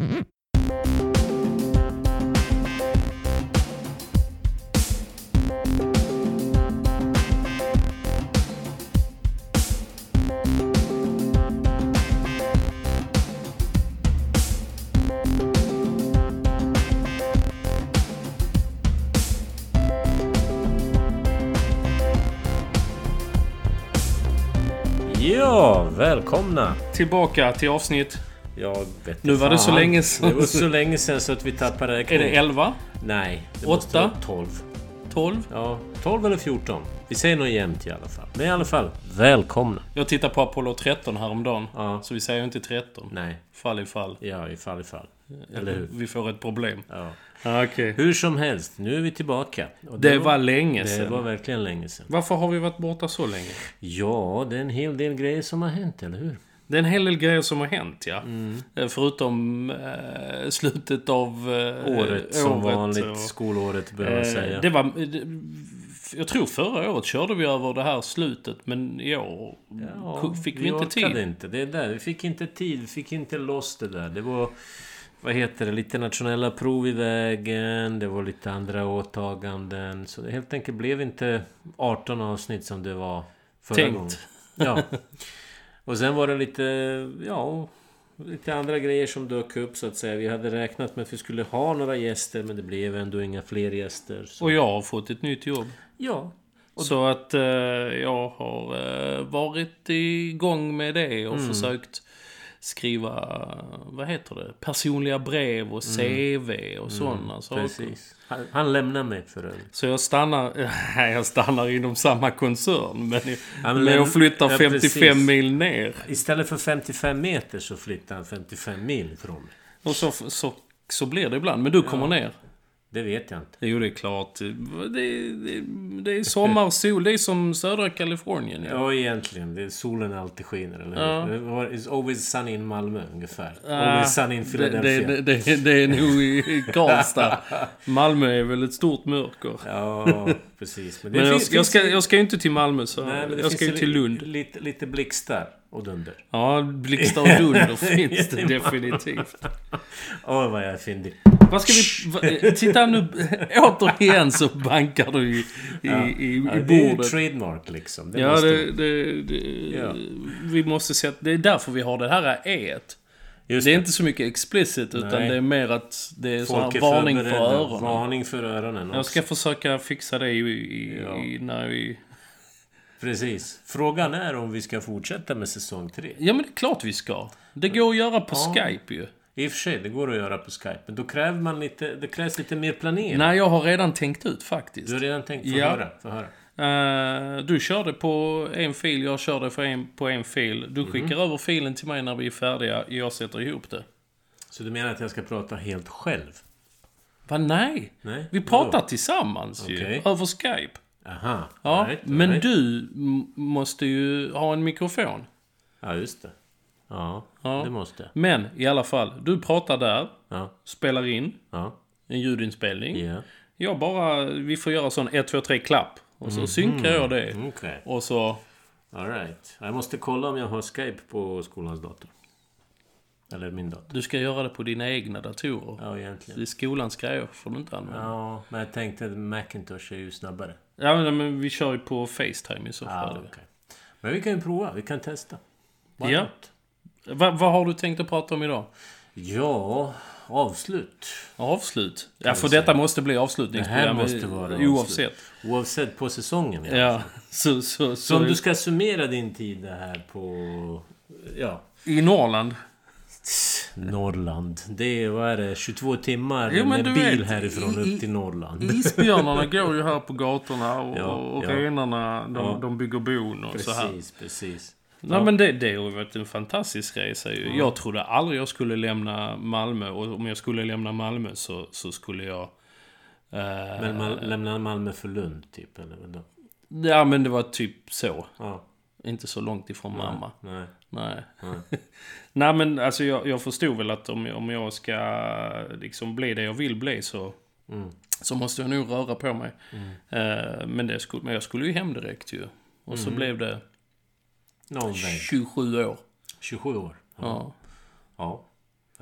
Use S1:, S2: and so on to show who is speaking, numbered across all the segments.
S1: Ja, välkomna
S2: tillbaka till avsnitt.
S1: Jag vet
S2: nu var det så länge sedan.
S1: Det var så länge sedan så att vi tappade räkning.
S2: Är det 11?
S1: Nej, det
S2: 8?
S1: måste vara 12.
S2: 12?
S1: Ja, 12 eller 14. Vi säger nog jämnt i alla fall. Men i alla fall, välkomna.
S2: Jag tittar på Apollo 13 häromdagen.
S1: Ja.
S2: Så vi säger inte 13.
S1: Nej.
S2: Fall i fall.
S1: Ja, i fall. Eller hur?
S2: Vi får ett problem.
S1: Ja.
S2: Okay.
S1: Hur som helst, nu är vi tillbaka.
S2: Och det var länge sedan.
S1: Det var verkligen länge sedan.
S2: Varför har vi varit borta så länge?
S1: Ja, det är en hel del grejer som har hänt, eller hur?
S2: Det är en hel del grejer som har hänt, ja. Förutom slutet av
S1: året som vanligt, skolåret börjar man säga.
S2: Det var... Jag tror förra året körde vi över det här slutet, men i år fick vi inte tid.
S1: Inte. Det är där. Vi fick inte tid, vi fick inte loss det där. Det var, lite nationella prov i vägen, det var lite andra åtaganden. Så det helt enkelt blev inte 18 avsnitt som det var förra gången. Ja. Och sen var det lite andra grejer som dök upp så att säga. Vi hade räknat med att vi skulle ha några gäster, men det blev ändå inga fler gäster. Så.
S2: Och jag har fått ett nytt jobb.
S1: Ja.
S2: Så att jag har varit igång med det och försökt skriva, personliga brev och CV och sådana saker.
S1: Precis. Han lämnar mig för övrigt.
S2: Så jag stannar inom samma koncern, men jag flyttar 55 mil ner.
S1: Istället för 55 meter så flyttar han 55 mil ifrån mig.
S2: Och så blir det ibland. Men du kommer ner.
S1: Det vet jag inte.
S2: Jo, det är klart. Det är sommarsol. Det är som södra Kalifornien.
S1: Ja, egentligen. Solen alltid skiner, eller hur? It's always sunny in Malmö, ungefär. Always sunny in Philadelphia.
S2: Det är nog i Karlstad. Malmö är väl ett stort mörker.
S1: Ja, precis.
S2: Men jag ska ju inte till Malmö, så jag ska ju till Lund.
S1: Lite blixtar och dunder.
S2: Ja, blixtar och dunder finns det definitivt.
S1: Vad jag finner.
S2: Vad ska vi... Titta nu, återigen så bankar du i bordet.
S1: Det är trademark liksom.
S2: Vi måste se att det är därför vi har det här e-et. Det är inte så mycket explicit, utan det är mer att det är sån varning för öronen.
S1: Varning för öronen också.
S2: Jag ska försöka fixa det när vi...
S1: Precis. Frågan är om vi ska fortsätta med säsong 3.
S2: Ja, men det är klart vi ska. Det går att göra på Skype ju.
S1: I och för sig, det går att göra på Skype. Men då det krävs lite mer planering.
S2: Nej, jag har redan tänkt ut faktiskt.
S1: Du har redan tänkt? Få höra.
S2: Du körde på en fil, jag körde på en fil. Du skickar över filen till mig när vi är färdiga. Jag sätter ihop det.
S1: Så du menar att jag ska prata helt själv?
S2: Va, nej. Vi pratar tillsammans ju. Över Skype.
S1: Aha.
S2: Ja, men du måste ju ha en mikrofon.
S1: Ja, just det. Ja, det måste.
S2: Men i alla fall, du pratar där, spelar in en ljudinspelning.
S1: Yeah.
S2: Vi får göra sån 1, 2, 3 klapp. Och så synkar jag det.
S1: Okay.
S2: Och så...
S1: All right. Jag måste kolla om jag har Skype på skolans dator. Eller min dator.
S2: Du ska göra det på dina egna datorer.
S1: Ja, egentligen.
S2: Det är skolans grejer, får du inte använda.
S1: Ja, men jag tänkte att Macintosh är ju snabbare.
S2: Ja, men vi kör ju på FaceTime i så fall.
S1: Okay. Men vi kan ju prova, vi kan testa.
S2: Vad har du tänkt att prata om idag?
S1: Ja, avslut.
S2: Avslut? Ja, för detta måste bli avslutningsprogram.
S1: Det här måste vara oavsett på säsongen.
S2: Ja.
S1: Så om du ska summera din tid här på... Ja.
S2: I Norrland.
S1: Det är, vad är det, 22 timmar med bil härifrån upp till Norrland.
S2: Isbjörnarna går ju här på gatorna och renarna, de bygger bon och så här.
S1: Precis.
S2: Nej, men det har ju varit en fantastisk resa ju. Jag trodde aldrig jag skulle lämna Malmö, och om jag skulle lämna Malmö så skulle jag...
S1: Men lämna Malmö för Lund typ, eller vad då?
S2: Ja, men det var typ så.
S1: Ja.
S2: Inte så långt ifrån mamma. Nej. Nej, men alltså jag förstod väl att om jag ska liksom bli det jag vill bli så måste jag nog röra på mig. Men jag skulle ju hem direkt ju. Och så blev det 27 år.
S1: 27 år?
S2: Ja.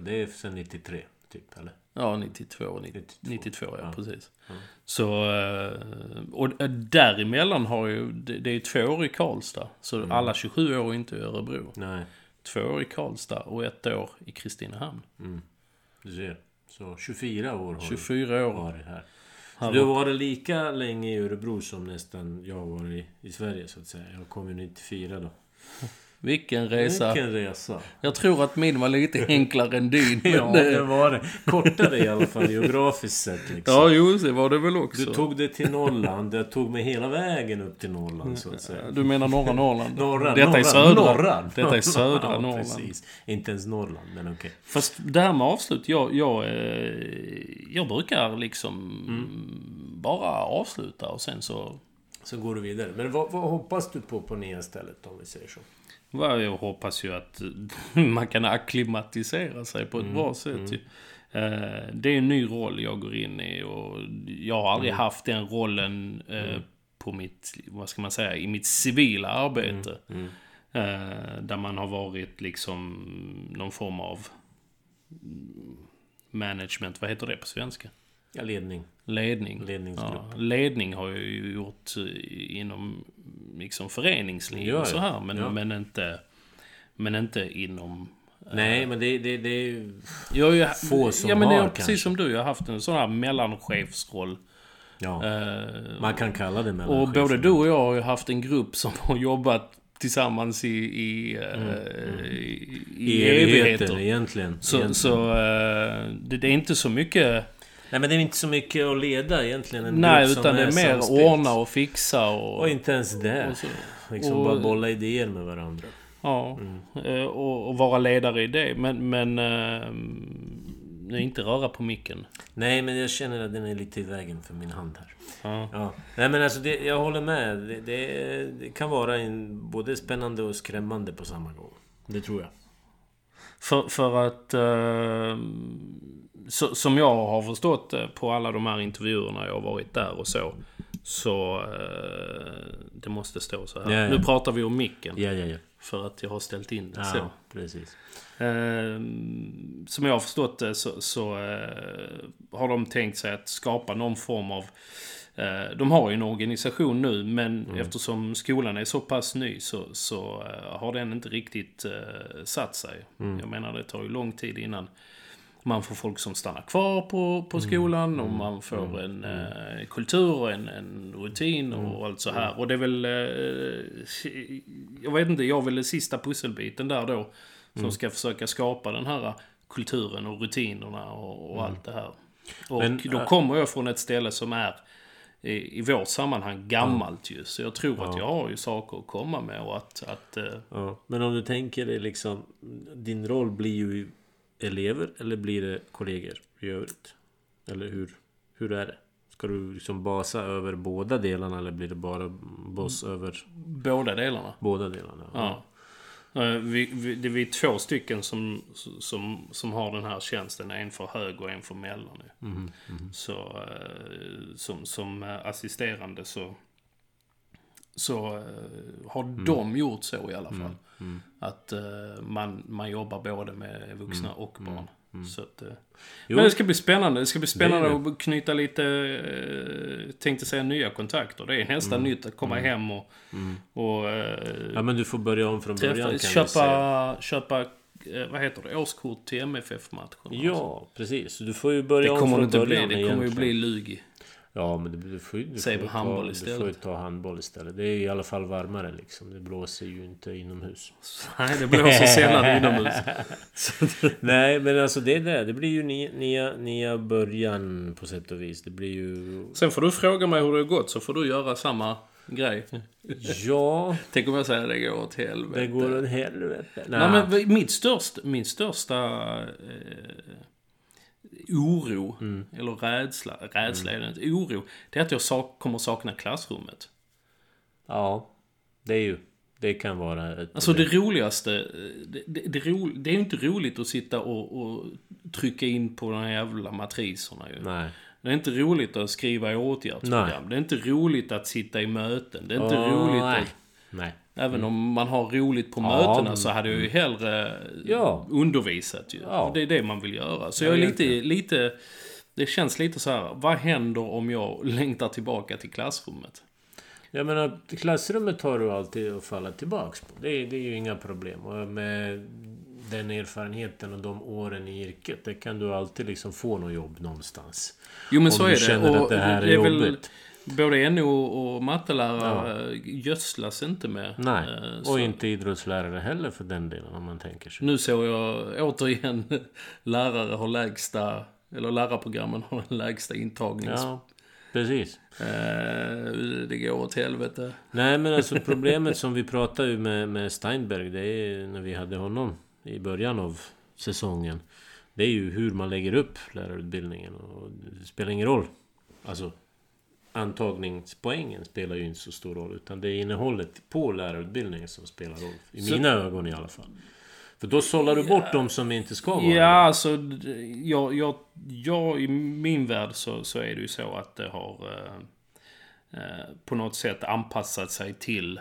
S1: det är sedan 93 typ, eller?
S2: Ja, 92, ja, precis. Så, och däremellan har ju, det är 2 år i Karlstad. Så alla 27 år inte i Örebro.
S1: Nej.
S2: 2 år i Karlstad och 1 år i Kristinehamn.
S1: Du ser. Så 24 år har
S2: 24 år
S1: varit här. Så du har varit lika länge i Örebro som nästan jag var i Sverige, så att säga. Jag kom ju 94 då.
S2: Vilken resa. Jag tror att min var lite enklare än din.
S1: Ja, det var det. Kortare i alla fall, geografiskt sett. Liksom.
S2: Ja, jo, det var det väl också.
S1: Du tog det till Norrland. Jag tog mig hela vägen upp till Norrland, så att säga.
S2: Du menar norra Norrland?
S1: Detta är södra.
S2: Detta är södra Norrland.
S1: Precis. Inte ens Norrland, men okej.
S2: Fast det här med avslut, jag brukar liksom bara avsluta och sen så
S1: går du vidare. Men vad hoppas du på nya stället, om vi säger så?
S2: Jag hoppas ju att man kan akklimatisera sig på ett bra sätt. Det är en ny roll jag går in i, och jag har aldrig haft den rollen på mitt, vad ska man säga, i mitt civila arbete. Där man har varit liksom någon form av management, vad heter det på svenska?
S1: Ja, ledning.
S2: Ledningsgrupp. Ja, ledning har jag ju gjort inom liksom föreningsliv och så här, men inte inom.
S1: Nej, men det är
S2: få som men det är precis som du, jag har haft en sån här mellanchefsroll.
S1: Ja. Man kan kalla det mellanchef.
S2: Och både du och jag har ju haft en grupp som har jobbat tillsammans i evigheter
S1: egentligen.
S2: Så det är inte så mycket.
S1: Nej, men det är inte så mycket att leda egentligen.
S2: Nej, utan det är mer ordna och fixa. Och
S1: inte ens det. Liksom bara bolla idéer med varandra.
S2: Ja, och vara ledare i det. Men inte röra på micken.
S1: Nej, men jag känner att den är lite i vägen för min hand här. Ja. Nej, men alltså jag håller med. Det kan vara både spännande och skrämmande på samma gång. Det tror jag.
S2: För att som jag har förstått på alla de här intervjuerna jag har varit där och så det måste stå så här. Ja. Nu pratar vi om micken.
S1: Ja.
S2: För att jag har ställt in det
S1: så.
S2: Ja,
S1: precis.
S2: Som jag har förstått det så har de tänkt sig att skapa någon form av. De har ju en organisation nu, men eftersom skolan är så pass ny så har den inte riktigt satt sig. Jag menar, det tar ju lång tid innan man får folk som stannar kvar på skolan och man får en kultur och en rutin och allt så här. Och det är väl, jag vet inte, jag vill den sista pusselbiten där då som ska försöka skapa den här kulturen och rutinerna och allt det här. Och då kommer jag från ett ställe som är i vårt sammanhang gammalt ju. Så jag tror att jag har ju saker att komma med och att
S1: Men om du tänker dig liksom, din roll blir ju elever eller blir det kollegor i övrigt? Eller hur är det? Ska du liksom basa över båda delarna eller blir det bara boss över
S2: båda delarna?
S1: Båda delarna.
S2: Ja. Det är 2 stycken som har den här tjänsten, en för hög och en för mellan. Så som assisterande så har de gjort så i alla fall. Att man jobbar både med vuxna och barn. Så att, men det ska bli spännande. Det ska bli spännande att knyta lite, tänkte säga, nya kontakter. Det är nästan nytt att komma hem och
S1: ja, men du får börja om från början.
S2: Köpa vad heter det? Årskort till MFF-matchen.
S1: Ja, precis. Du får ju börja om från början.
S2: Det kommer ju bli Lugi.
S1: Ja, men du får ju ta handboll istället. Det är i alla fall varmare liksom. Det blåser ju inte inomhus.
S2: Nej, det blåser sällan inomhus.
S1: Nej, men alltså det blir ju nya början på sätt och vis. Det blir ju.
S2: Sen får du fråga mig hur det har gått, så får du göra samma grej.
S1: Ja.
S2: Tänk om jag säger det går åt helvete.
S1: Det går åt helvete.
S2: Nej, men min största oro eller rädsla är det inte, oro, det är att jag kommer sakna klassrummet.
S1: Ja, det kan vara ett
S2: alltså det roligaste det är inte roligt att sitta och trycka in på de här jävla matriserna ju.
S1: Nej.
S2: Det är inte roligt att skriva i åtgärdsprogram. Det är inte roligt att sitta i möten. Det är inte roligt att.
S1: Nej.
S2: Även om man har roligt på mötena så hade jag ju hellre undervisat. Ju. Ja. Det är det man vill göra. Så jag är lite... Det känns lite så här, vad händer om jag längtar tillbaka till klassrummet?
S1: Jag menar, klassrummet har du alltid att falla tillbaks på. Det är ju inga problem. Och med den erfarenheten och de åren i yrket, det kan du alltid liksom få något jobb någonstans.
S2: Jo, men så är det.
S1: Och att det här är jobbigt.
S2: Väl, både NO och mattelärare gödslas inte med.
S1: Nej, och inte idrottslärare heller för den delen, om man tänker sig.
S2: Nu såg jag återigen lärare har lägsta... Eller lärarprogrammen har den lägsta intagnings...
S1: Ja, precis.
S2: Det går åt helvete.
S1: Nej, men alltså problemet som vi pratade ju med Steinberg, det är när vi hade honom i början av säsongen. Det är ju hur man lägger upp lärarutbildningen. Och det spelar ingen roll. Alltså, antagningspoängen spelar ju inte så stor roll. Utan det är innehållet på lärarutbildningen som spelar roll. I mina ögon i alla fall. För då sållar du bort dem som inte ska vara.
S2: Ja, alltså jag i min värld så är det ju så att det har på något sätt anpassat sig till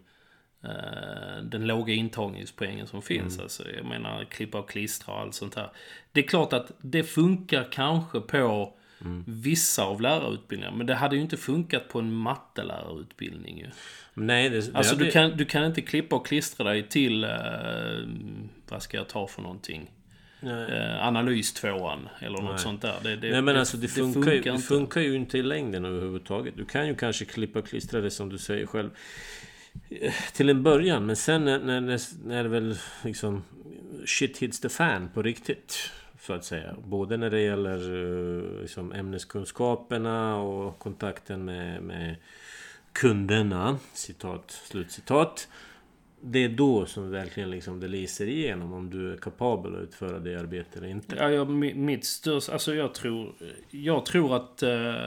S2: den låga intagningspoängen som finns. Alltså, jag menar, klippa och klistra och allt sånt här. Det är klart att det funkar kanske på vissa av lärarutbildningar, men det hade ju inte funkat på en mattelärarutbildning ju.
S1: Nej,
S2: alltså du kan inte klippa och klistra dig till vad ska jag ta för någonting? Analys 2an eller något sånt där.
S1: Nej, men alltså det funkar ju inte i längden överhuvudtaget. Du kan ju kanske klippa och klistra det som du säger själv till en början, men sen när det väl liksom shit hits the fan på riktigt, så att säga. Både när det gäller liksom ämneskunskaperna och kontakten med kunderna, slutcitat. Det är då som verkligen liksom det lyser igenom om du är kapabel att utföra det arbetet eller inte.
S2: Ja, mitt största... Alltså jag tror att...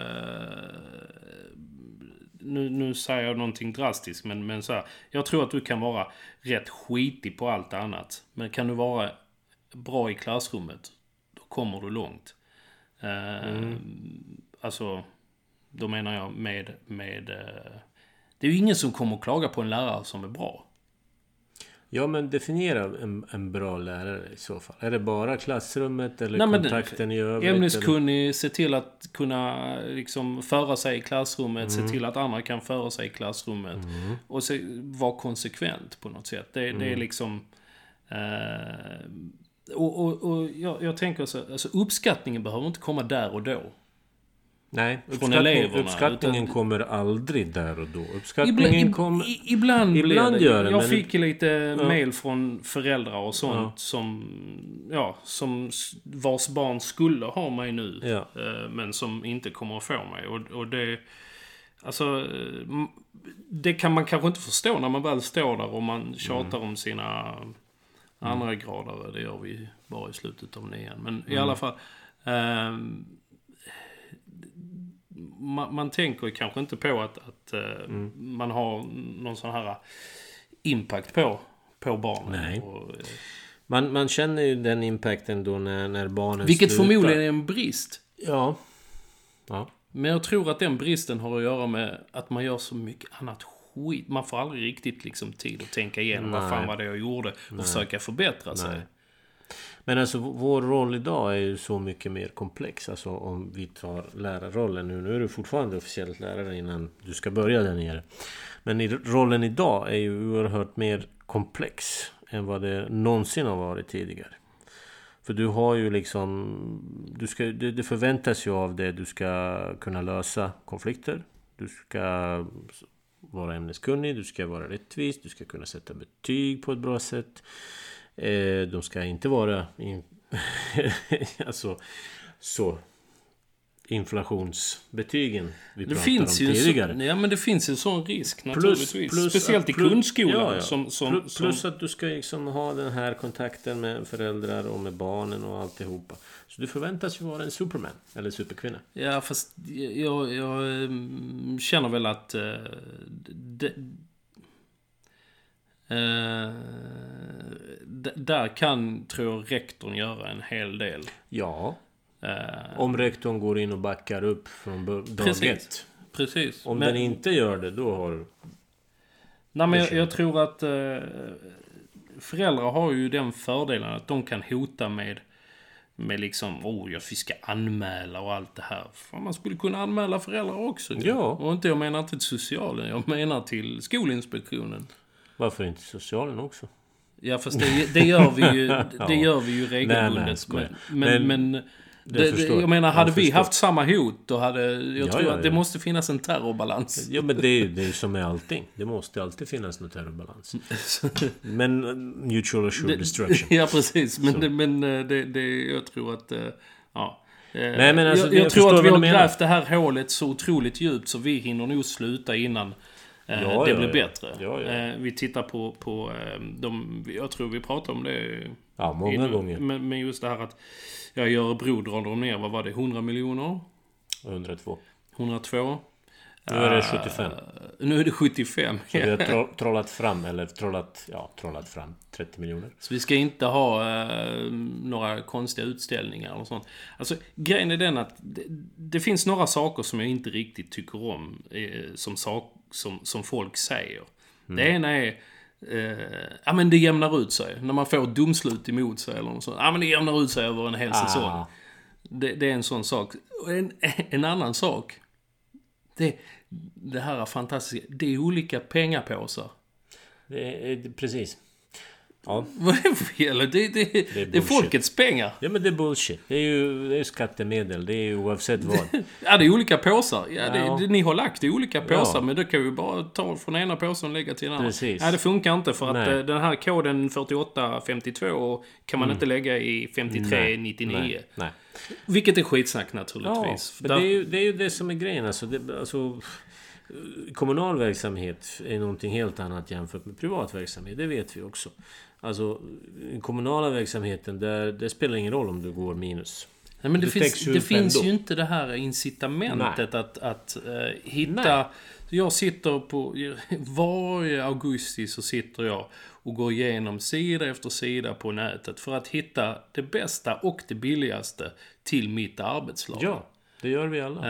S2: Nu säger jag någonting drastiskt, men så här, jag tror att du kan vara rätt skitig på allt annat. Men kan du vara bra i klassrummet, då kommer du långt. Alltså, då menar jag med det är ju ingen som kommer att klaga på en lärare som är bra.
S1: Ja, men definiera en bra lärare i så fall. Är det bara klassrummet eller kontakten i övrigt?
S2: Ämneskunnig, se till att kunna liksom föra sig i klassrummet, se till att andra kan föra sig i klassrummet och vara konsekvent på något sätt. Det är liksom... Och jag tänker så, alltså uppskattningen behöver inte komma där och då.
S1: Nej, uppskattningen kommer aldrig där och då.
S2: Uppskattningen kommer... Ibland
S1: gör det.
S2: Jag fick lite mail från föräldrar och sånt som vars barn skulle ha mig nu. Men som inte kommer att få mig. Och det... Alltså... Det kan man kanske inte förstå när man väl står där och man tjatar om sina andra grader. Det gör vi bara i slutet av 9. Men i alla fall... Man tänker kanske inte på att man har någon sån här impact på barnen.
S1: Nej. Man känner ju den impacten då när barnen
S2: vilket
S1: slutar.
S2: Förmodligen är en brist.
S1: Ja.
S2: Men jag tror att den bristen har att göra med att man gör så mycket annat skit. Man får aldrig riktigt liksom tid att tänka igenom vad fan var det jag gjorde och försöka förbättra sig.
S1: Men alltså vår roll idag är ju så mycket mer komplex. Alltså om vi tar lärarrollen nu är du fortfarande officiellt lärare innan du ska börja där nere. Men rollen idag är ju oerhört mer komplex än vad det någonsin har varit tidigare. För du har ju liksom... Det förväntas ju av det. Du ska kunna lösa konflikter. Du ska vara ämneskunnig. Du ska vara rättvis. Du ska kunna sätta betyg på ett bra sätt. De ska inte vara alltså så inflationsbetygen vi
S2: det
S1: pratade om tidigare.
S2: Ja, men det finns en sån risk naturligtvis. Speciellt i grundskolan.
S1: Plus att du ska liksom ha den här kontakten med föräldrar och med barnen och alltihopa. Så du förväntas ju vara en superman eller superkvinna.
S2: Ja, fast jag känner väl att där kan, tror jag, rektorn göra en hel del.
S1: Ja. Om rektorn går in och backar upp från dag ett.
S2: Precis.
S1: Om den inte gör det, då har...
S2: Nej, men jag tror att föräldrar har ju den fördelen att de kan hota med liksom, jag ska anmäla och allt det här. För man skulle kunna anmäla föräldrar också.
S1: Ja.
S2: Och jag menar inte till socialen, jag menar till Skolinspektionen.
S1: Varför inte socialen också?
S2: Ja, fast det gör vi ju, det gör vi ju regelbundet. Men jag menar, hade vi haft samma hot, då hade... Jag tror att det måste finnas en terrorbalans.
S1: Ja, men det är ju som med allting. Det måste alltid finnas en terrorbalans. Men mutual assured destruction.
S2: Ja, precis. Men jag tror att... Ja.
S1: Nej, men alltså,
S2: jag tror att vi har grävt det här hålet så otroligt djupt så vi hinner nog sluta innan det blir bättre.
S1: Ja.
S2: Vi tittar på jag tror vi pratar om det
S1: många gånger.
S2: Men just det här att jag i Örebro drar de ner, vad var det, 100 miljoner?
S1: 102.
S2: Nu
S1: är det 75.
S2: Nu är det 75.
S1: Så vi har trollat fram 30 miljoner.
S2: Så vi ska inte ha några konstiga utställningar och sånt. Alltså, grejen är den att det finns några saker som jag inte riktigt tycker om som folk säger. Det ena är men det jämnar ut sig. När man får ett domslut emot sig eller något sånt. Men det jämnar ut sig över en hel säsong. Det är en sån sak. Och en annan sak, det här är fantastiskt. Det är olika pengapåsar.
S1: Det är precis. Ja.
S2: Vad är det för fel? Det är folkets pengar.
S1: Ja, men det är bullshit. Det är skattemedel. Det är ju oavsett vad.
S2: Ja, det är olika påsar. Ni har lagt i olika påsar. Men det kan vi bara ta från ena påsen och lägga till den andra.
S1: Precis.
S2: Nej, det funkar inte. För att den här koden 4852 kan man inte lägga i 5399.
S1: Nej.
S2: Vilket är skitsnack naturligtvis.
S1: Ja, men det är ju det som är grejen. Alltså, kommunal verksamhet är någonting helt annat jämfört med privat verksamhet. Det vet vi också. Alltså, den kommunala verksamheten, det spelar ingen roll om du går minus.
S2: Nej, men det finns ju inte det här incitamentet att hitta... Nej. Jag sitter på... Varje augusti så sitter jag och går igenom sida efter sida på nätet för att hitta det bästa och det billigaste till mitt arbetslag.
S1: Ja, det gör vi alla.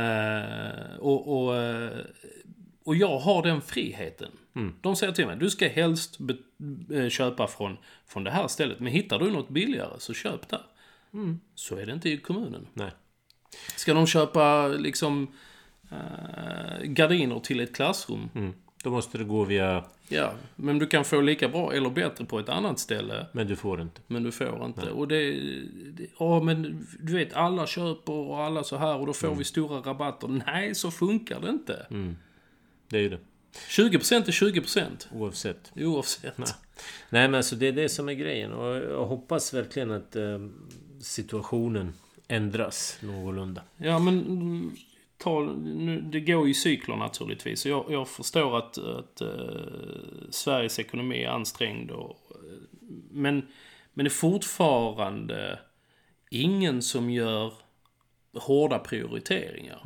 S2: Och jag har den friheten. De säger till mig, du ska helst köpa från det här stället. Men hittar du något billigare så köp där. Så är det inte i kommunen.
S1: Nej.
S2: Ska de köpa liksom gardiner till ett klassrum?
S1: Då måste det gå via...
S2: Ja, men du kan få lika bra eller bättre på ett annat ställe.
S1: Men du får inte.
S2: Nej. Och men du vet, alla köper och alla så här och då får vi stora rabatter. Nej, så funkar det inte.
S1: Det är ju det.
S2: 20% är 20%.
S1: Oavsett.
S2: Nej,
S1: men alltså det är det som är grejen. Och jag hoppas verkligen att situationen ändras någorlunda.
S2: Ja, men det går i cykler naturligtvis. Jag förstår att Sveriges ekonomi är ansträngd. Men det är fortfarande ingen som gör hårda prioriteringar.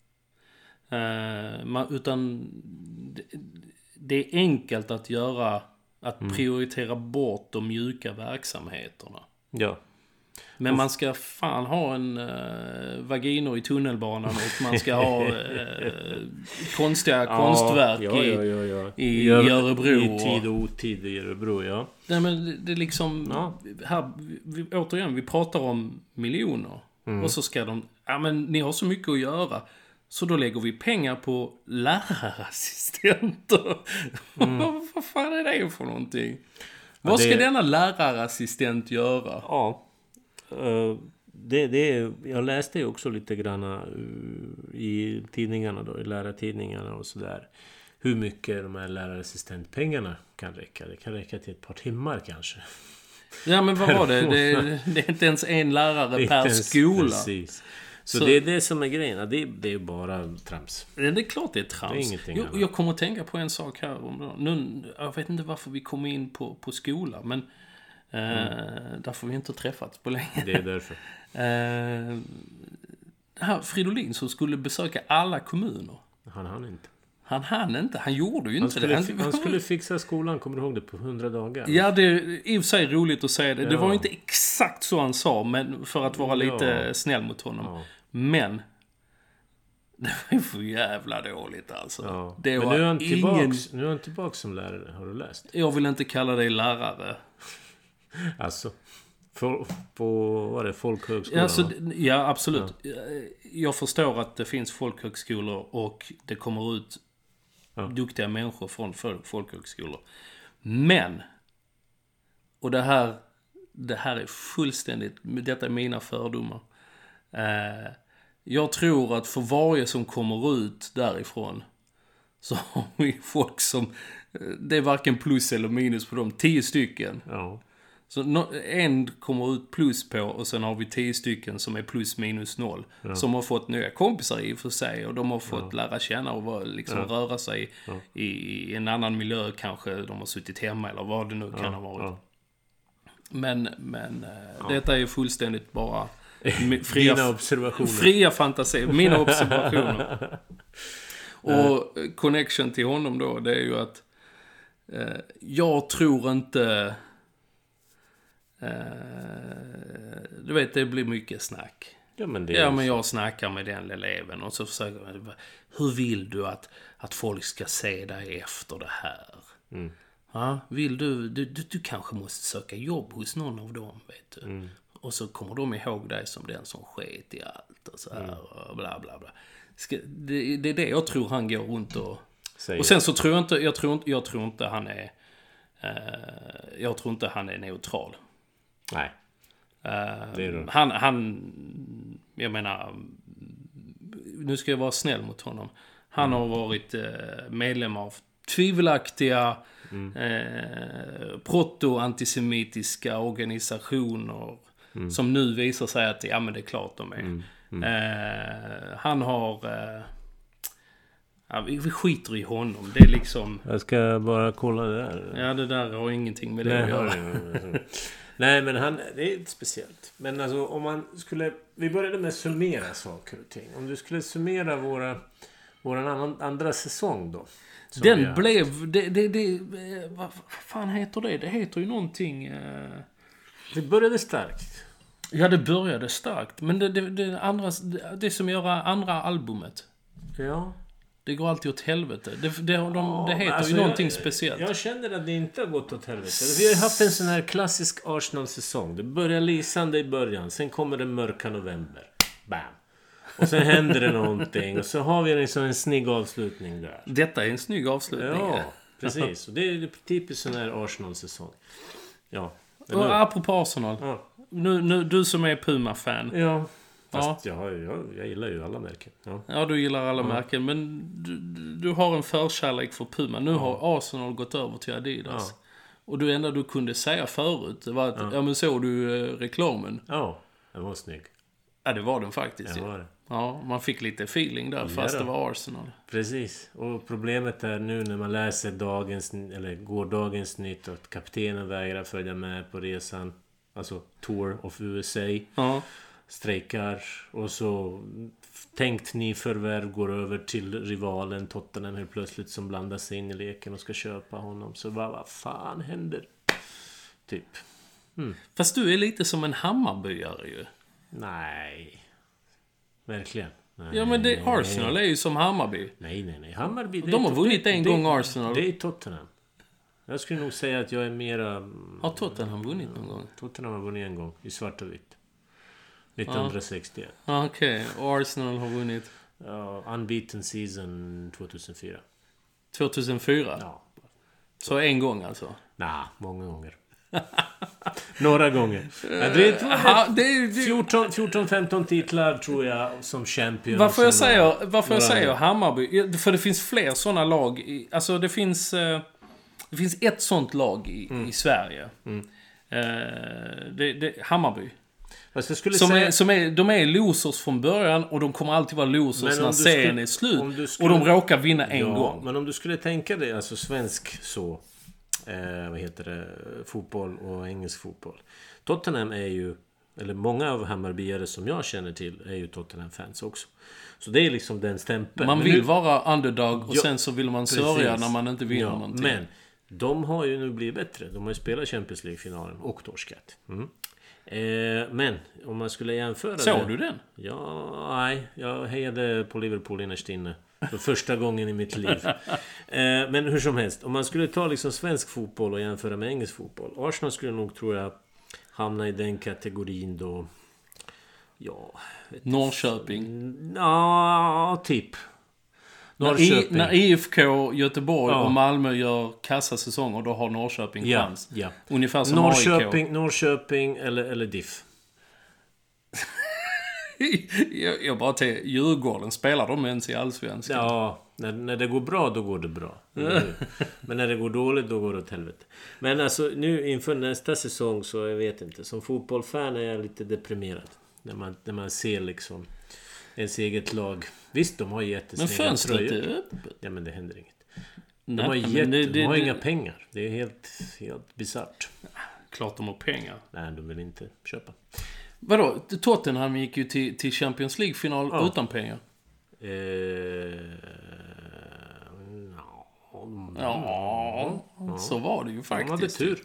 S2: Utan det är enkelt att prioritera bort de mjuka verksamheterna.
S1: Ja.
S2: Men man ska fan ha en vaginer i tunnelbanan och man ska ha konstiga konstverk i Örebro.
S1: I tid och otid i Örebro, ja.
S2: Nej, men det är liksom... Här, återigen, vi pratar om miljoner. Och så ska de... Ja, men ni har så mycket att göra. Så då lägger vi pengar på lärarassistenter. Vad fan är det för någonting? Vad ska denna lärarassistent göra?
S1: Ja. Jag läste ju också lite grann i tidningarna då, i lärartidningarna och sådär. Hur mycket de här lärarassistentpengarna kan räcka. Det kan räcka till ett par timmar kanske.
S2: Ja, men vad var det? Det är inte ens en lärare per skola.
S1: Precis. Så det är det som är grejen. Det är bara trams.
S2: Det är klart det är trams.
S1: Det är
S2: jag kommer att tänka på en sak här. Jag vet inte varför vi kom in på skola. Men därför har vi inte träffats på länge.
S1: Det är därför.
S2: Här Fridolin som skulle besöka alla kommuner.
S1: Han hann inte.
S2: Han gjorde ju inte det.
S1: Han skulle fixa skolan, kommer du ihåg det, på 100 dagar.
S2: Ja, det är i och för sig roligt att säga det. Ja. Det var inte exakt så han sa, men för att vara lite snäll mot honom. Ja. Men Det var ju för jävla dåligt alltså.
S1: Ja.
S2: Det
S1: men
S2: var
S1: nu är han tillbaka som lärare. Har du läst?
S2: Jag vill inte kalla dig lärare.
S1: Alltså, vad är det? Folkhögskolan?
S2: Alltså, ja, absolut. Ja. Jag förstår att det finns folkhögskolor och det kommer ut duktiga människor från folkhögskolor. Men, och det här är fullständigt, detta är mina fördomar. Jag tror att för varje som kommer ut därifrån så har vi folk som, det är varken plus eller minus på dem, 10 stycken.
S1: Ja.
S2: Så en kommer ut plus på och sen har vi 10 stycken som är plus minus 0. Ja. Som har fått nya kompisar i och för sig och de har fått lära känna och liksom röra sig i en annan miljö kanske. De har suttit hemma eller vad det nu kan ha varit. Ja. Men detta är fullständigt bara fria fantasier. Mina observationer. Och connection till honom då, det är ju att jag tror inte du vet, det blir mycket snack.
S1: Ja, men
S2: jag snackar med den eleven och så försöker jag, hur vill du att folk ska se dig efter det här? Ja, vill du kanske måste söka jobb hos någon av dem, vet du. Och så kommer de ihåg dig som den som sket i allt och så här och bla bla bla. Det är det jag tror han går runt och sen så tror jag tror inte han är neutral.
S1: Nej.
S2: Han jag menar, nu ska jag vara snäll mot honom. Han har varit medlem av tvivelaktiga proto-antisemitiska organisationer som nu visar sig att ja, men det är klart de är. Han har vi skiter i honom. Det är liksom,
S1: jag ska bara kolla det där.
S2: Ja, det där har ingenting med det att göra.
S1: Nej, men det är speciellt. Men alltså, om man skulle, vi började med att summera saker och ting. Om du skulle summera våran andra säsong då.
S2: Den blev, vad fan heter det? Det heter ju någonting.
S1: Det började starkt.
S2: Ja, det började starkt. Men det som gör andra albumet.
S1: Ja.
S2: Det går alltid åt helvete. Det heter alltså, ju någonting speciellt.
S1: Jag känner att det inte har gått åt helvete. Vi har haft en sån här klassisk Arsenal-säsong. Det börjar lysande i början. Sen kommer det mörka november. Bam. Och sen händer det någonting. Och så har vi liksom en snygg avslutning där.
S2: Detta är en snygg avslutning.
S1: Ja, precis. Och det är typiskt sån här Arsenal-säsong. Ja.
S2: Och apropå Arsenal. Ja. Nu, du som är Puma-fan.
S1: Ja. Fast jag gillar ju alla märken.
S2: Ja, du gillar alla märken. Men du har en förkärlek för Puma. Nu har Arsenal gått över till Adidas. Ja. Och det enda du kunde säga förut var att, men såg du reklamen?
S1: Ja, den var snygg.
S2: Ja, det var den faktiskt.
S1: Ja, var det.
S2: Ja, man fick lite feeling där fast det var Arsenal.
S1: Precis. Och problemet är nu när man läser gårdagens nytt att kaptenen vägrar följa med på resan. Alltså Tour of USA. Ja. Strejkar och så tänkt ni förvärv går över till rivalen Tottenham helt plötsligt som blandar sig in i leken och ska köpa honom. Så vad fan händer? Typ.
S2: Fast du är lite som en Hammarbyare ju.
S1: Nej. Verkligen. Nej,
S2: ja, men Arsenal är ju som Hammarby.
S1: Nej. Hammarby,
S2: de har vunnit en gång Arsenal.
S1: Det är Tottenham. Jag skulle nog säga att jag är mera...
S2: Har Tottenham vunnit någon gång?
S1: Tottenham har vunnit en gång i svart och vitt. 1961.
S2: Okej. Och Arsenal har vunnit?
S1: Unbeaten season 2004.
S2: 2004? Ja. Så en gång alltså?
S1: Nej, många gånger. Några gånger. Det är 14-15 titlar tror jag som champion.
S2: Varför jag säger Hammarby? För det finns fler sådana lag. Alltså det finns ett sånt lag i Sverige. Hammarby. De är losers från början och de kommer alltid vara losers när serien är slut. Och de råkar vinna en gång.
S1: Men om du skulle tänka dig alltså svensk så fotboll och engelsk fotboll. Tottenham är ju, eller många av Hammarbyare som jag känner till är ju Tottenham-fans också. Så det är liksom den stämpeln.
S2: Man vill vara underdog och sen så vill man sörja när man inte vinner någonting.
S1: Men de har ju nu blivit bättre. De har ju spelat Champions League-finalen och torskat. Men om man skulle jämföra
S2: Såg du den?
S1: Ja, nej. Jag hejade på Liverpool innerst inne. För första gången i mitt liv. Men hur som helst. Om man skulle ta liksom svensk fotboll och jämföra med engelsk fotboll. Arsenal skulle nog, tror jag, hamna i den kategorin då. Ja.
S2: Norrköping.
S1: Ja, typ. Norrköping.
S2: När IFK, Göteborg och Malmö gör kassasäsonger, då har Norrköping chans.
S1: Ja.
S2: Ungefär som
S1: Norrköping eller DIF.
S2: jag bara till Djurgården, spelar de ens i Allsvenskan?
S1: Ja, när det går bra, då går det bra. Men när det går dåligt, då går det åt helvete. Men alltså, nu inför nästa säsong så, jag vet inte. Som fotbollsfan är jag lite deprimerad. När man ser liksom ens eget lag. Visst, de har jättesnygga tröjor. Men fönstret är öppet. Ja, men det händer inget. De har inga pengar. Det är helt bizarrt.
S2: Klart de har pengar.
S1: Nej, de vill inte köpa.
S2: Vadå? Tottenham gick ju till Champions League-final utan pengar. Så var det ju faktiskt.
S1: De hade tur.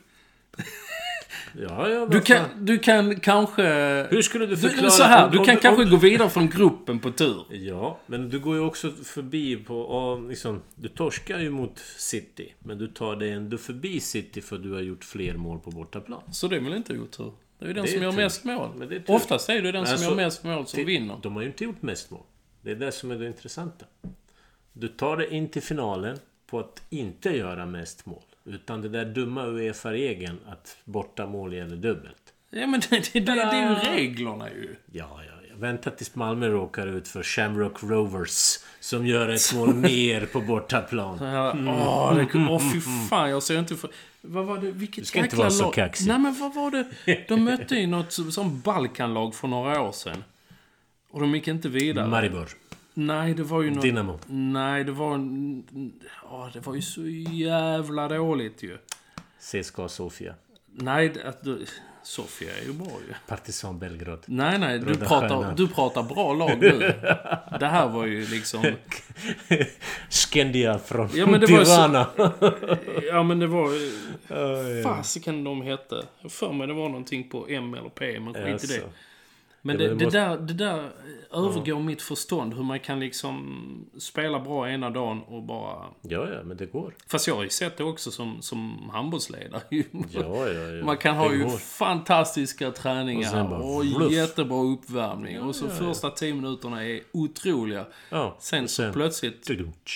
S2: Du kan kanske...
S1: Hur skulle du förklara...
S2: Så här, du kan kanske gå vidare från gruppen på tur.
S1: Ja, men du går ju också förbi på... liksom, du torskar ju mot City. Men du tar dig ändå förbi City för du har gjort fler mål på bortaplan.
S2: Så det är väl inte otur? Det är ju den som gör mest mål. Oftast är det den som gör mest mål som vinner.
S1: De har ju inte gjort mest mål. Det är det som är det intressanta. Du tar det in till finalen på att inte göra mest mål. Utan det där dumma UEFA-regeln att borta mål gäller dubbelt.
S2: Ja, men det är ju reglerna ju.
S1: Ja. Vänta tills Malmö råkar ut för Shamrock Rovers som gör ett mål mer på bortaplan.
S2: Fy fan, jag ser inte för... Vad var det? Vilket
S1: du ska inte vara så kaxig.
S2: Nej, men vad var det? De mötte ju något som Balkanlag för några år sedan. Och de gick inte vidare.
S1: Maribor.
S2: Nej, det var ju något...
S1: Dynamo.
S2: Nej, det var ju så jävla dåligt ju.
S1: CSKA Sofia.
S2: Nej, Sofia är ju bra ju.
S1: Partizan Belgrad.
S2: Nej, du pratar bra lag nu. Det här var ju liksom...
S1: Skandia från Tirana.
S2: Ja, men det var... Fasiken de hette. För mig det var någonting på M eller P, men skit i det. Men det där övergår mitt förstånd. Hur man kan liksom spela bra ena dagen och bara...
S1: Ja, men det går.
S2: Fast jag har ju sett det också som handbollsledare.
S1: Ja.
S2: Man kan ha ju fantastiska träningar och jättebra uppvärmning. Och så första 10 minuterna är otroliga. Sen plötsligt...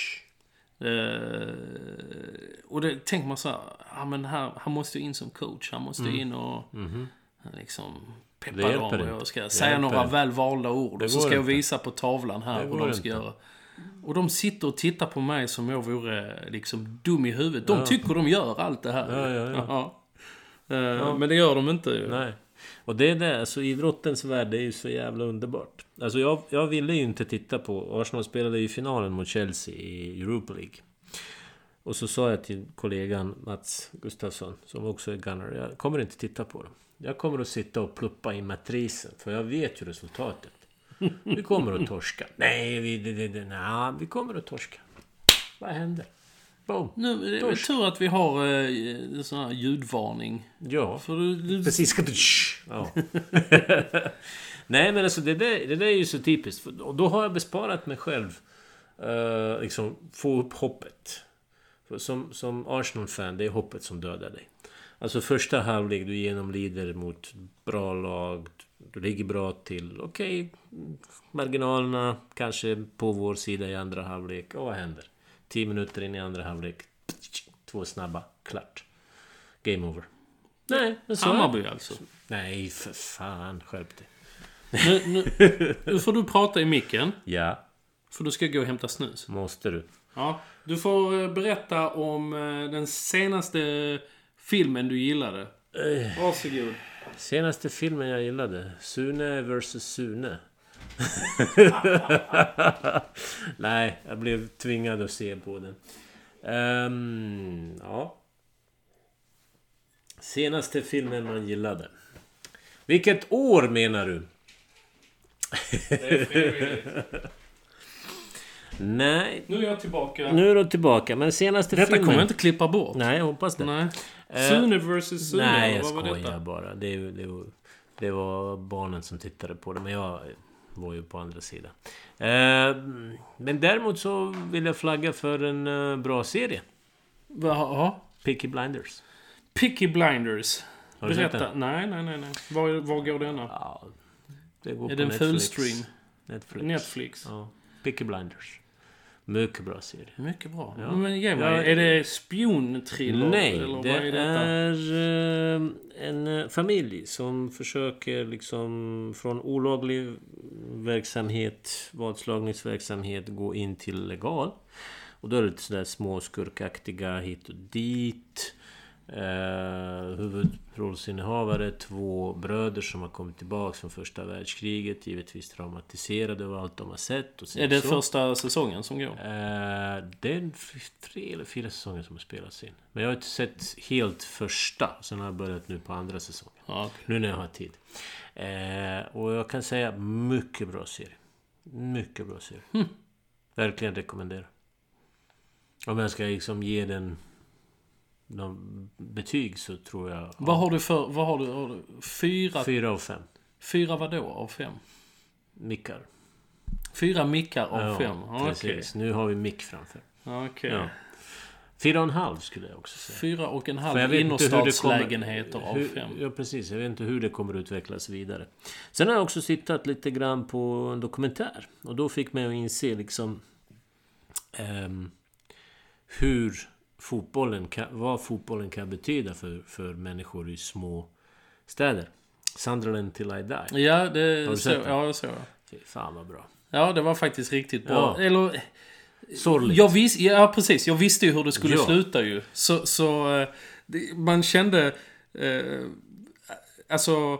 S2: och det tänker man så här, men han måste in som coach. Han måste in och liksom... peppa dem och jag ska säga några väl valda ord och så ska jag visa på tavlan här hur de ska göra. Och de sitter och tittar på mig som jag vore liksom dum i huvudet. De tycker de gör allt det här. Men det gör de inte.
S1: Nej. Och det är det, alltså idrottens värld är ju så jävla underbart. Alltså jag ville ju inte titta på, Arsenal spelade ju finalen mot Chelsea i Europa League. Och så sa jag till kollegan Mats Gustafsson, som också är gunner, jag kommer inte titta på dem. Jag kommer att sitta och pluppa i matrisen, för jag vet ju resultatet. Vi kommer att torska. Nej, vi kommer att torska. Vad händer? Boom.
S2: Nu är det tur att vi har sån här ljudvarning.
S1: Ja,
S2: för
S1: precis. Ja. Nej, men alltså det där är ju så typiskt. Och då har jag besparat mig själv liksom få upp hoppet. För som Arsenal-fan, det är hoppet som dödar dig. Alltså första halvlek du genomlider mot bra lag, du ligger bra till. Okej, marginalerna kanske på vår sida i andra halvlek. Och vad händer? 10 minuter in i andra halvlek, 2 snabba, klart. Game over. Nej, men så
S2: Hammarby alltså.
S1: Nej, för fan, skärp dig.
S2: Nu får du prata i micken.
S1: Ja.
S2: För du ska gå och hämta snus.
S1: Måste du.
S2: Ja, du får berätta om den senaste filmen du gillade. Varsågod.
S1: Senaste filmen jag gillade. Sune vs. Sune. Nej, jag blev tvingad att se på den. Ja. Senaste filmen man gillade. Vilket år menar du?
S2: Det är frivilligt.
S1: Nej.
S2: Nu är jag tillbaka.
S1: Nu är du tillbaka. Men senaste
S2: detta
S1: filmen...
S2: kommer jag inte klippa bort.
S1: Nej, jag hoppas det.
S2: Nej. Sune vs. Sune.
S1: Nej, jag skojar bara. Det är Det var barnen som tittade på det, men jag var ju på andra sidan. Men däremot så vill jag flagga för en bra serie.
S2: Ja.
S1: Peaky Blinders.
S2: Peaky Blinders.
S1: Har du sett den?
S2: Nej. Var går den?
S1: Ja, det går
S2: är
S1: på
S2: den
S1: Netflix.
S2: full stream?
S1: Netflix. Ja. Peaky Blinders. Mycket bra serie.
S2: Mycket bra.
S1: Ja.
S2: Men ge mig, är det spionthriller?
S1: Nej,
S2: eller
S1: det
S2: vad är detta?
S1: är en familj som försöker liksom från olaglig verksamhet, vadslagningsverksamhet, gå in till legal. Och då är det lite sådär småskurkaktiga hit och dit. Huvudrollsinnehavare, 2 bröder som har kommit tillbaka från första världskriget, givetvis traumatiserade av allt de har sett. Och
S2: är det första säsongen som går?
S1: Det är 3 eller 4 säsonger som har spelats in. Men jag har inte sett helt första. Sen har jag börjat nu på andra säsongen.
S2: Okay.
S1: Nu när jag har tid. Och jag kan säga mycket bra serie. Mycket bra serie. Verkligen rekommenderar. Om jag ska liksom ge den någon betyg så tror jag...
S2: Vad har du
S1: 4 av 5.
S2: 4 vadå av 5?
S1: Mickar.
S2: 4 mickar av 5.
S1: Precis. Okay. Nu har vi mick framför.
S2: Okej.
S1: Ja. 4,5 skulle jag också säga.
S2: 4,5 innerstadslägenheter av 5.
S1: Ja, precis. Jag vet inte hur det kommer att utvecklas vidare. Sen har jag också tittat lite grann på en dokumentär. Och då fick mig att inse liksom... vad fotbollen kan betyda för människor i små städer. Sunderland till I Die.
S2: Ja, det så. Ja, jag såg.
S1: Fan vad bra.
S2: Ja, det var faktiskt riktigt bra.
S1: Ja.
S2: Eller
S1: sorgligt.
S2: Ja, precis. Jag visste ju hur det skulle sluta ju. Så man kände alltså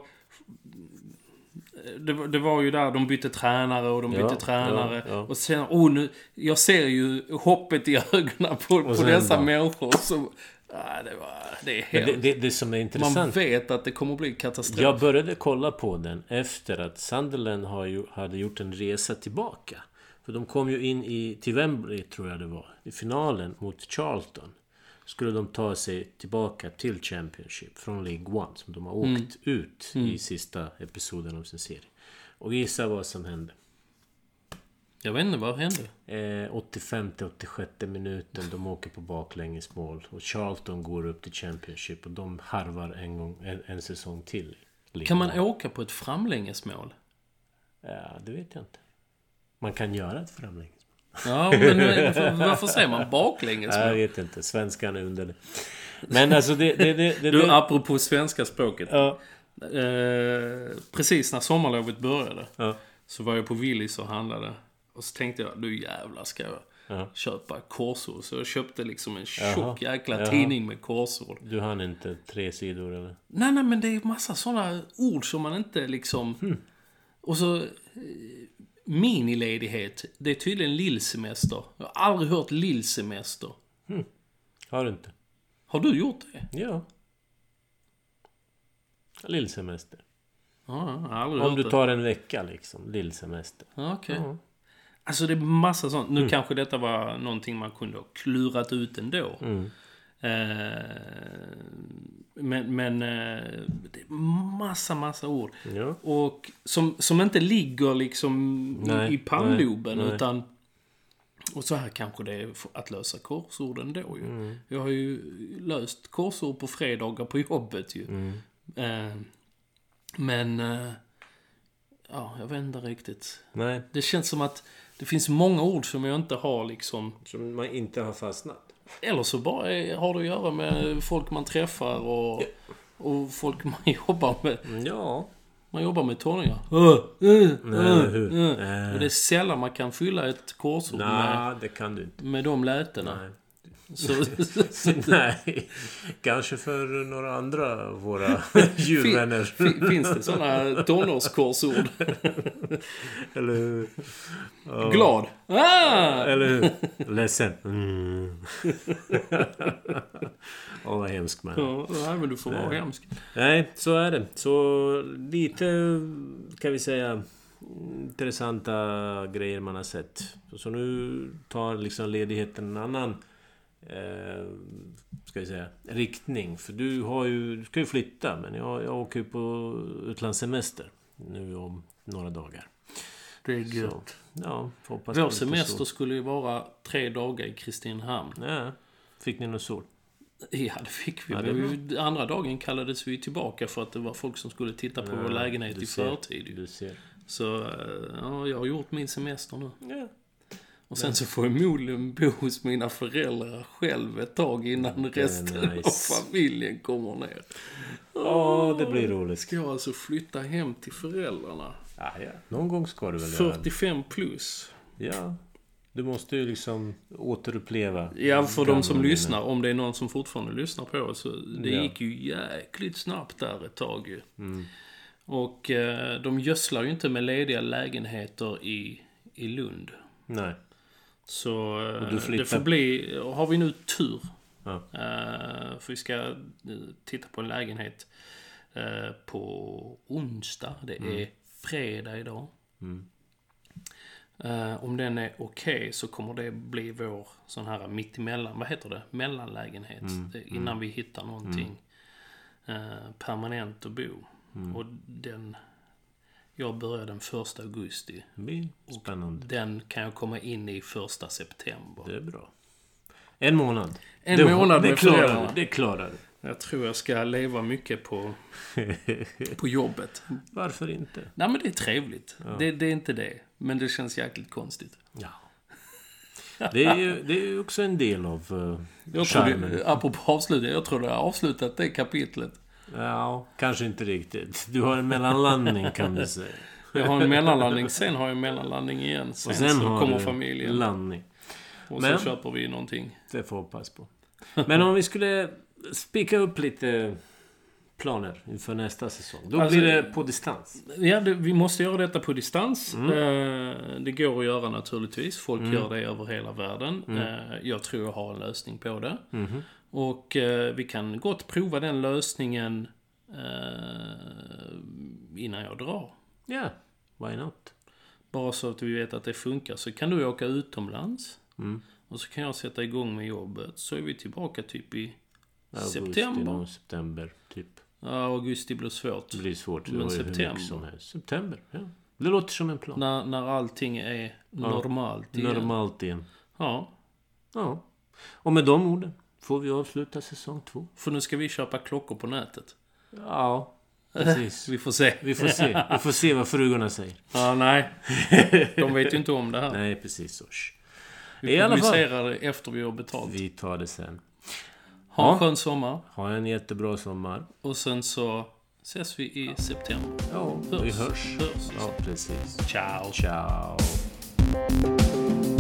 S2: det var ju där de bytte tränare och de bytte tränare. Ja. Och sen, nu, jag ser ju hoppet i ögonen på dessa människor. Så, det är helt...
S1: det som är intressant...
S2: Man vet att det kommer att bli katastrof.
S1: Jag började kolla på den efter att Sunderland hade gjort en resa tillbaka. För de kom ju in till Wembley, tror jag det var, i finalen mot Charlton. Skulle de ta sig tillbaka till Championship från League One, som de har åkt ut i sista episoden av sin serie. Och gissa vad som hände.
S2: Jag vet inte, vad hände?
S1: 85-86 minuten, de åker på baklängesmål. Och Charlton går upp till Championship och de harvar en säsong till.
S2: Kan man åka på ett framlängesmål?
S1: Ja, det vet jag inte. Man kan göra ett framlängesmål.
S2: Ja, men varför säger man baklängesmål?
S1: Jag vet inte, svenskan är under det. Men alltså
S2: du, apropå svenska språket.
S1: Ja.
S2: Precis när sommarlovet började så var jag på Willys och handlade. Och så tänkte jag, du jävlar ska jag köpa korsord. Så jag köpte liksom en tjock jäkla tidning med korsord.
S1: Du hann inte 3 sidor eller?
S2: Nej, men det är massa sådana ord som man inte liksom... Och så... Miniledighet, det är tydligen lillsemester. Jag har aldrig hört lillsemester.
S1: Har du inte?
S2: Har du gjort det?
S1: Ja. Lillsemester.
S2: Ja, aldrig
S1: om du tar en vecka liksom, lillsemester.
S2: Okej. Alltså det är massa sånt. Nu kanske detta var någonting man kunde ha klurat ut ändå. Men det är massa ord.
S1: Ja.
S2: Och som inte ligger liksom i pannloben utan och så här kanske det är att lösa korsorden då ju. Jag har ju löst korsord på fredagar på jobbet ju. Men jag vet inte riktigt.
S1: Nej.
S2: Det känns som att det finns många ord som jag inte har liksom...
S1: Som man inte har fastnat.
S2: Eller så bara har det att göra med folk man träffar och folk man jobbar med.
S1: Ja.
S2: Man jobbar med tonningar. Och det är sällan man kan fylla ett korsord
S1: det kan du inte.
S2: med de lätena.
S1: Nej. Nej. Kanske för några andra våra djurvänner.
S2: Finns det sådana tonårskorsord?
S1: Eller hur?
S2: Glad.
S1: Eller hur? Ledsen. Vad hemskt man.
S2: Nej, men du får vara hemsk.
S1: Nej, så är det. Så lite kan vi säga intressanta grejer man har sett. Så nu tar liksom ledigheten en annan ska jag säga, riktning. För du ska ju flytta, men jag åker ju på utlandssemester nu om några dagar.
S2: Det är gött.
S1: Ja, hoppas
S2: vår semester skulle ju vara 3 dagar i Kristinehamn.
S1: Ja, fick ni någon sol?
S2: Ja, det fick vi. Ja, andra dagen kallades vi tillbaka för att det var folk som skulle titta på vår lägenhet i förtid.
S1: Du ser.
S2: Så jag har gjort min semester nu. Ja. Och sen så får jag förmodligen bo hos mina föräldrar själv ett tag innan resten av familjen kommer ner.
S1: Det blir roligt.
S2: Ska jag alltså flytta hem till föräldrarna?
S1: Ja. Någon gång ska du väl
S2: 45 plus.
S1: Ja. Du måste ju liksom återuppleva.
S2: Ja, för de som lyssnar, om det är någon som fortfarande lyssnar på oss, så det gick ju jäkligt snabbt där ett tag ju. Och de gödslar ju inte med lediga lägenheter i Lund.
S1: Nej.
S2: Så det får bli, har vi nu tur. Ja. För vi ska titta på en lägenhet på onsdag. Det är fredag idag. Om den är okej så kommer det bli vår sån här mittemellan, vad heter det? Mellanlägenhet. Innan vi hittar någonting permanent att bo. Och jag börjar den 1 augusti.
S1: Spännande.
S2: Och den kan jag komma in i 1 september.
S1: Det är bra. En månad.
S2: En månad med
S1: föräldrarna. Det klarar du.
S2: Jag tror jag ska leva mycket på jobbet.
S1: Varför inte?
S2: Nej, men det är trevligt. Ja. Det är inte det. Men det känns jäkligt konstigt.
S1: Ja. Det är ju också en del av charmen.
S2: Apropå avslutning, jag tror du har avslutat det kapitlet.
S1: Ja, kanske inte riktigt. Du har en mellanlandning, kan du säga.
S2: Jag har en mellanlandning, sen har jag en mellanlandning igen. Sen så kommer familjen.
S1: Landning.
S2: Och så köper vi någonting.
S1: Det får jag hoppas på. Men om vi skulle spika upp lite planer inför nästa säsong. Då blir det på distans.
S2: Ja, vi måste göra detta på distans. Det går att göra naturligtvis. Folk gör det över hela världen. Jag tror jag har en lösning på det. Och vi kan gott prova den lösningen innan jag drar.
S1: Ja, why not?
S2: Bara så att vi vet att det funkar. Så kan du åka utomlands. Och så kan jag sätta igång med jobbet. Så är vi tillbaka typ i
S1: september typ.
S2: Ja, augusti blir svårt.
S1: Det blir svårt.
S2: Men september.
S1: September, ja. Det låter som en plan.
S2: När allting är normalt igen.
S1: Normalt igen.
S2: Ja.
S1: Och med de orden får vi avsluta säsong 2.
S2: För nu ska vi köpa klockor på nätet.
S1: Ja, precis.
S2: Vi får se.
S1: Vi får se vad frugorna säger.
S2: Ja, nej. De vet ju inte om det här.
S1: Nej, precis så.
S2: Vi publicerar det efter vi har betalt.
S1: Vi tar det sen.
S2: Ha en skön sommar.
S1: Ha en jättebra sommar.
S2: Och sen så ses vi i september.
S1: Ja, vi hörs. Ja, precis.
S2: Ciao.
S1: Ciao.